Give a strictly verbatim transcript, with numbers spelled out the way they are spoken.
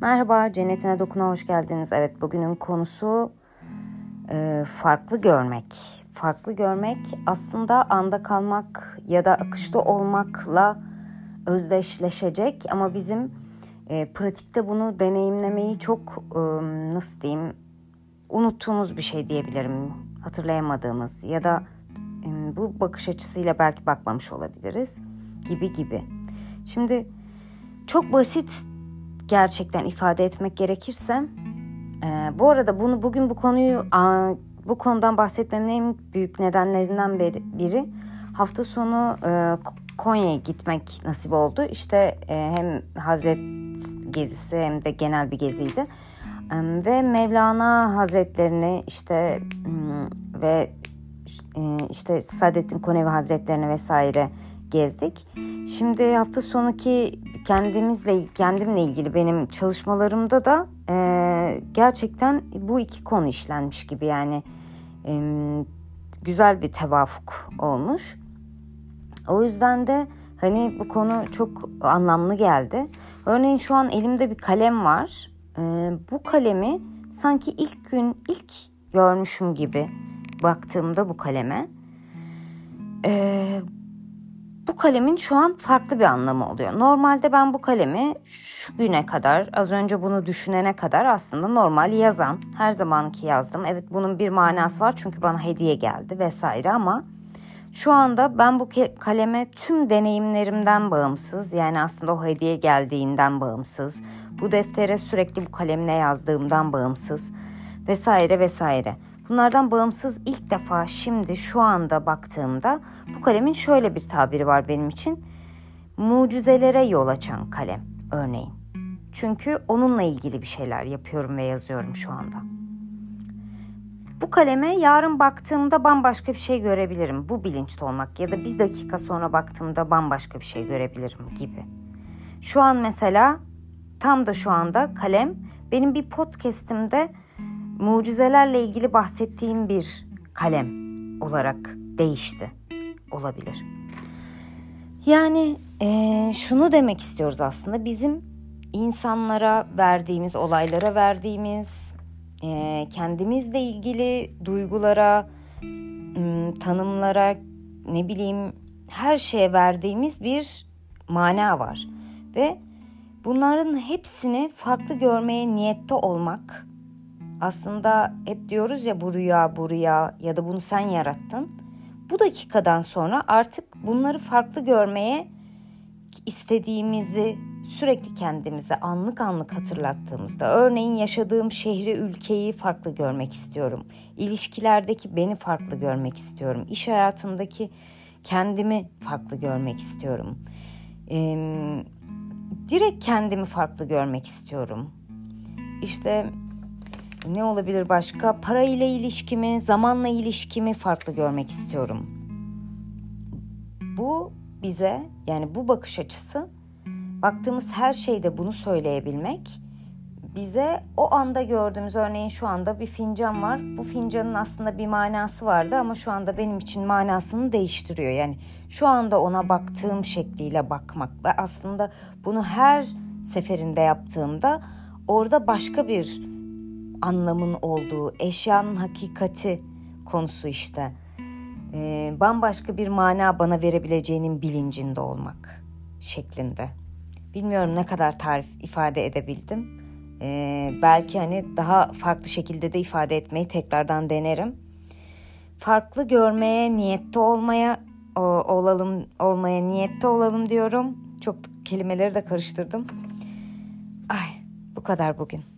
Merhaba, Cennetine Dokun'a hoş geldiniz. Evet, bugünün konusu e, farklı görmek. Farklı görmek aslında anda kalmak ya da akışta olmakla özdeşleşecek ama bizim e, pratikte bunu deneyimlemeyi çok e, nasıl diyeyim unuttuğumuz bir şey diyebilirim. Hatırlayamadığımız ya da e, bu bakış açısıyla belki bakmamış olabiliriz gibi gibi. Şimdi çok basit gerçekten ifade etmek gerekirse, e, bu arada bunu bugün bu konuyu a, bu konudan bahsetmemin en büyük nedenlerinden biri, biri hafta sonu e, Konya'ya gitmek nasip oldu. İşte e, hem Hazret gezisi hem de genel bir geziydi e, ve Mevlana Hazretlerini işte m, ve e, işte Saadettin Konevi Hazretlerini vesaire gezdik. Şimdi hafta sonuki kendimizle kendimle ilgili benim çalışmalarımda da e, gerçekten bu iki konu işlenmiş gibi, yani e, güzel bir tevafuk olmuş. O yüzden de hani bu konu çok anlamlı geldi. Örneğin şu an elimde bir kalem var. E, bu kalemi sanki ilk gün ilk görmüşüm gibi baktığımda bu kaleme. E, Bu kalemin şu an farklı bir anlamı oluyor. Normalde ben bu kalemi şu güne kadar, az önce bunu düşünene kadar aslında normal yazan, her zamanki yazdım. Evet, bunun bir manası var çünkü bana hediye geldi vesaire, ama şu anda ben bu kaleme tüm deneyimlerimden bağımsız, yani aslında o hediye geldiğinden bağımsız, bu deftere sürekli bu kalemle yazdığımdan bağımsız vesaire vesaire. Bunlardan bağımsız ilk defa şimdi şu anda baktığımda bu kalemin şöyle bir tabiri var benim için. Mucizelere yol açan kalem örneğin. Çünkü onunla ilgili bir şeyler yapıyorum ve yazıyorum şu anda. Bu kaleme yarın baktığımda bambaşka bir şey görebilirim. Bu bilinçli olmak, ya da bir dakika sonra baktığımda bambaşka bir şey görebilirim gibi. Şu an mesela tam da şu anda kalem benim bir podcast'imde mucizelerle ilgili bahsettiğim bir kalem olarak değişti olabilir. Yani e, şunu demek istiyoruz aslında, bizim insanlara verdiğimiz, olaylara verdiğimiz, e, kendimizle ilgili duygulara, m, tanımlara, ne bileyim her şeye verdiğimiz bir mana var. Ve bunların hepsini farklı görmeye niyette olmak, aslında hep diyoruz ya, bu rüya, bu rüya ya da bunu sen yarattın. Bu dakikadan sonra artık bunları farklı görmeye istediğimizi sürekli kendimize anlık anlık hatırlattığımızda, örneğin yaşadığım şehri, ülkeyi farklı görmek istiyorum. İlişkilerdeki beni farklı görmek istiyorum. İş hayatımdaki kendimi farklı görmek istiyorum. Ee, direkt kendimi farklı görmek istiyorum. İşte ne olabilir başka? Parayla ilişkimi, zamanla ilişkimi farklı görmek istiyorum. Bu bize, yani bu bakış açısı, baktığımız her şeyde bunu söyleyebilmek bize o anda gördüğümüz, örneğin şu anda bir fincan var. Bu fincanın aslında bir manası vardı ama şu anda benim için manasını değiştiriyor. Yani şu anda ona baktığım şekliyle bakmak ve aslında bunu her seferinde yaptığımda orada başka bir anlamın olduğu, eşyanın hakikati konusu işte. Ee, bambaşka bir mana bana verebileceğinin bilincinde olmak şeklinde. Bilmiyorum ne kadar tarif ifade edebildim. Ee, belki hani daha farklı şekilde de ifade etmeyi tekrardan denerim. Farklı görmeye niyette olmaya o, olalım, olmaya niyette olalım diyorum. Çok kelimeleri de karıştırdım. Ay, bu kadar bugün.